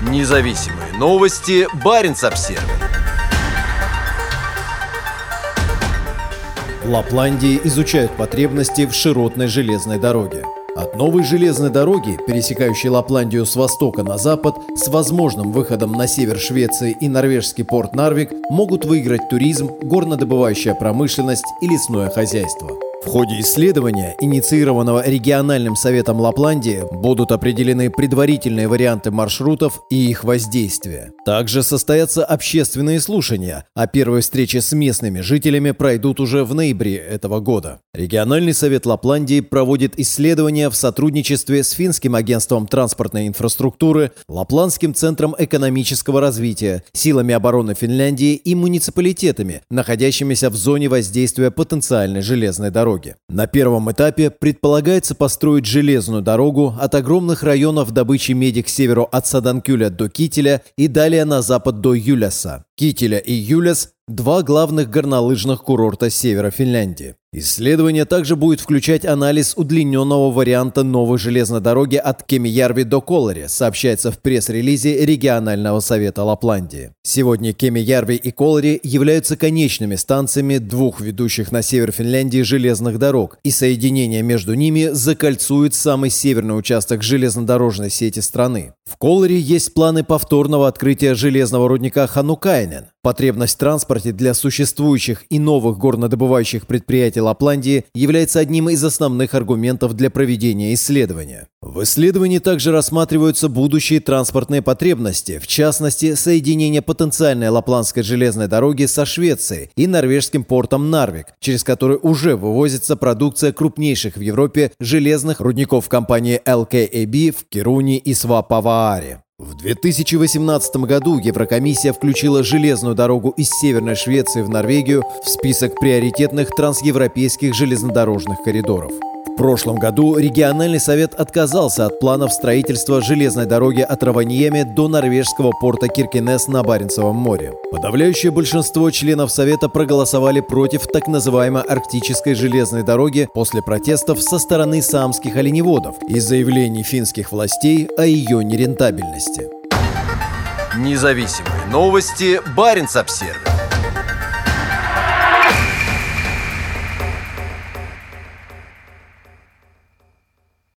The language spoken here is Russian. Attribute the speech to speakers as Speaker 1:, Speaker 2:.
Speaker 1: Независимые новости. Баренц-Обсервис.
Speaker 2: В Лапландии изучают потребности в широтной железной дороге. От новой железной дороги, пересекающей Лапландию с востока на запад, с возможным выходом на север Швеции и норвежский порт Нарвик, могут выиграть туризм, горнодобывающая промышленность и лесное хозяйство. В ходе исследования, инициированного региональным советом Лапландии, будут определены предварительные варианты маршрутов и их воздействия. Также состоятся общественные слушания, а первые встречи с местными жителями пройдут уже в ноябре этого года. Региональный совет Лапландии проводит исследования в сотрудничестве с Финским агентством транспортной инфраструктуры, Лапландским центром экономического развития, силами обороны Финляндии и муниципалитетами, находящимися в зоне воздействия потенциальной железной дороги. На первом этапе предполагается построить железную дорогу от огромных районов добычи меди к северу от Саданкюля до Кителя и далее на запад до Юляса. Кителя и Юляс – два главных горнолыжных курорта севера Финляндии. Исследование также будет включать анализ удлиненного варианта новой железной дороги от Кемijärvi до Колари, сообщается в пресс-релизе регионального совета Лапландии. Сегодня Кемijärvi и Колари являются конечными станциями двух ведущих на север Финляндии железных дорог, и соединение между ними закольцует самый северный участок железнодорожной сети страны. В Колари есть планы повторного открытия железного рудника Ханукайнен. Потребность в транспорте для существующих и новых горнодобывающих предприятий Лапландии является одним из основных аргументов для проведения исследования. В исследовании также рассматриваются будущие транспортные потребности, в частности, соединение потенциальной лапландской железной дороги со Швецией и норвежским портом Нарвик, через который уже вывозится продукция крупнейших в Европе железных рудников компании LKAB в Кируне и Свапавааре. В 2018 году Еврокомиссия включила железную дорогу из Северной Швеции в Норвегию в список приоритетных трансевропейских железнодорожных коридоров. В прошлом году региональный совет отказался от планов строительства железной дороги от Раваньеми до норвежского порта Киркенес на Баренцевом море. Подавляющее большинство членов совета проголосовали против так называемой арктической железной дороги после протестов со стороны саамских оленеводов и заявлений финских властей о ее нерентабельности.
Speaker 1: Независимые новости. Баренц-Обсервис.